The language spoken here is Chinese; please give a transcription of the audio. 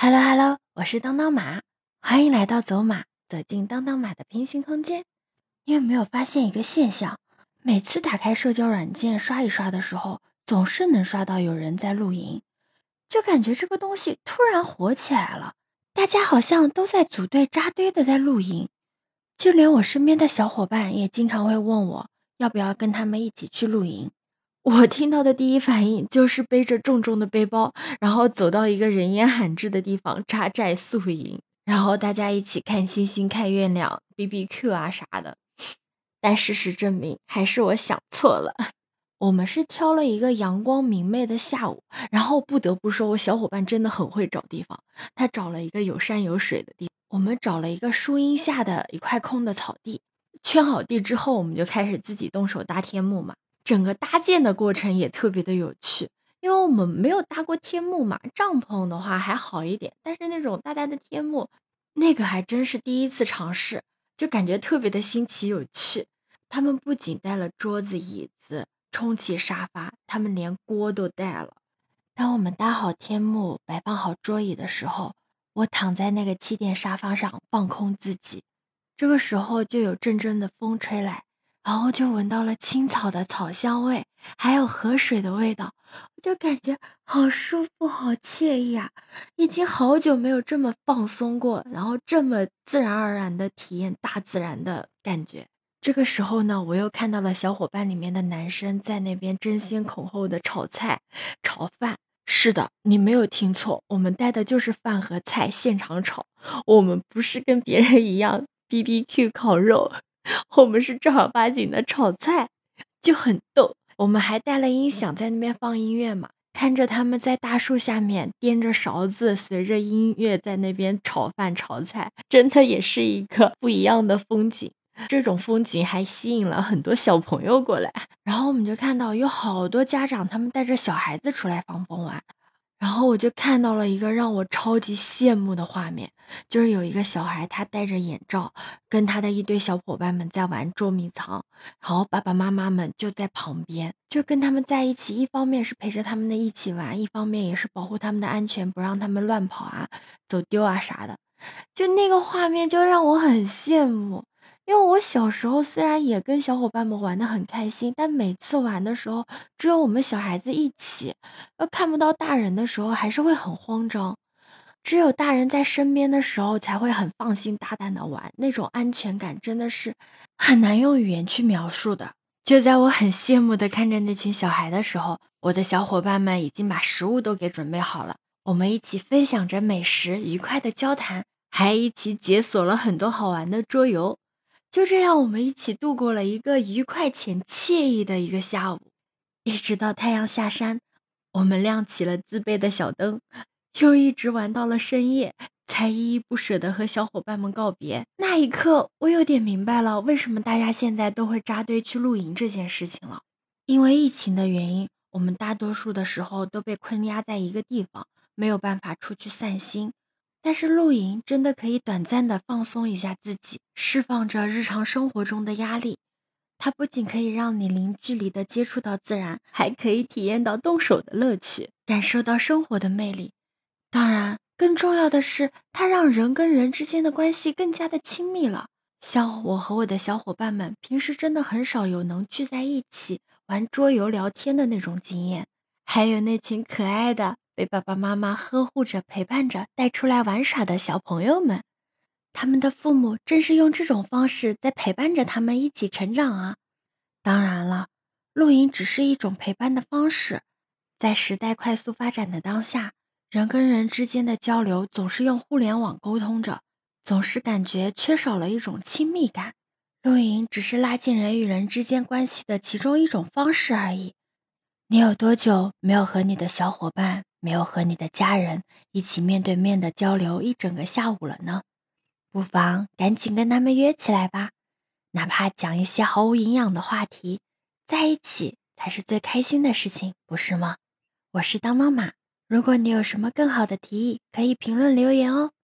Hello Hello，我是当当马，欢迎来到走马，走进当当马的平行空间。你有没有发现一个现象？每次打开社交软件刷一刷的时候，总是能刷到有人在露营，就感觉这个东西突然火起来了，大家好像都在组队扎堆的在露营，就连我身边的小伙伴也经常会问我要不要跟他们一起去露营。我听到的第一反应就是背着重重的背包，然后走到一个人烟罕至的地方扎寨宿营，然后大家一起看星星、看月亮、BBQ 啊啥的。但事实证明，还是我想错了。我们是挑了一个阳光明媚的下午，然后不得不说，我小伙伴真的很会找地方。他找了一个有山有水的地方，我们找了一个树荫下的一块空的草地。圈好地之后，我们就开始自己动手搭天幕嘛。整个搭建的过程也特别的有趣，因为我们没有搭过天幕嘛，帐篷的话还好一点，但是那种大的天幕，那个还真是第一次尝试，就感觉特别的新奇有趣。他们不仅带了桌子、椅子、充气沙发，他们连锅都带了。当我们搭好天幕，摆放好桌椅的时候，我躺在那个气垫沙发上放空自己。这个时候就有阵阵的风吹来，然后就闻到了青草的草香味，还有河水的味道，我就感觉好舒服好惬意啊，已经好久没有这么放松过，然后这么自然而然的体验大自然的感觉。这个时候呢，我又看到了小伙伴里面的男生在那边争先恐后的炒菜炒饭。是的，你没有听错，我们带的就是饭和菜现场炒，我们不是跟别人一样 BBQ 烤肉，我们是正儿八经的炒菜，就很逗。我们还带了音响在那边放音乐嘛，看着他们在大树下面掂着勺子，随着音乐在那边炒饭炒菜，真的也是一个不一样的风景。这种风景还吸引了很多小朋友过来，然后我们就看到有好多家长他们带着小孩子出来放风玩。然后我就看到了一个让我超级羡慕的画面，就是有一个小孩他戴着眼罩，跟他的一堆小伙伴们在玩捉迷藏，然后爸爸妈妈们就在旁边，就跟他们在一起，一方面是陪着他们的一起玩，一方面也是保护他们的安全，不让他们乱跑啊、走丢啊啥的。就那个画面就让我很羡慕。因为我小时候虽然也跟小伙伴们玩得很开心，但每次玩的时候只有我们小孩子一起，看不到大人的时候还是会很慌张。只有大人在身边的时候才会很放心大胆的玩，那种安全感真的是很难用语言去描述的。就在我很羡慕的看着那群小孩的时候，我的小伙伴们已经把食物都给准备好了，我们一起分享着美食，愉快的交谈，还一起解锁了很多好玩的桌游。就这样，我们一起度过了一个愉快且惬意的一个下午，一直到太阳下山，我们亮起了自备的小灯，又一直玩到了深夜，才依依不舍地和小伙伴们告别。那一刻，我有点明白了为什么大家现在都会扎堆去露营这件事情了。因为疫情的原因，我们大多数的时候都被困压在一个地方，没有办法出去散心。但是露营真的可以短暂的放松一下自己，释放着日常生活中的压力。它不仅可以让你零距离的接触到自然，还可以体验到动手的乐趣，感受到生活的魅力。当然，更重要的是，它让人跟人之间的关系更加的亲密了。像我和我的小伙伴们，平时真的很少有能聚在一起玩桌游聊天的那种经验。还有那群可爱的被爸爸妈妈呵护着陪伴着带出来玩耍的小朋友们，他们的父母正是用这种方式在陪伴着他们一起成长啊。当然了，露营只是一种陪伴的方式，在时代快速发展的当下，人跟人之间的交流总是用互联网沟通着，总是感觉缺少了一种亲密感。露营只是拉近人与人之间关系的其中一种方式而已。你有多久没有和你的小伙伴，没有和你的家人一起面对面的交流一整个下午了呢？不妨赶紧跟他们约起来吧，哪怕讲一些毫无营养的话题，在一起才是最开心的事情，不是吗？我是当当马，如果你有什么更好的提议，可以评论留言哦。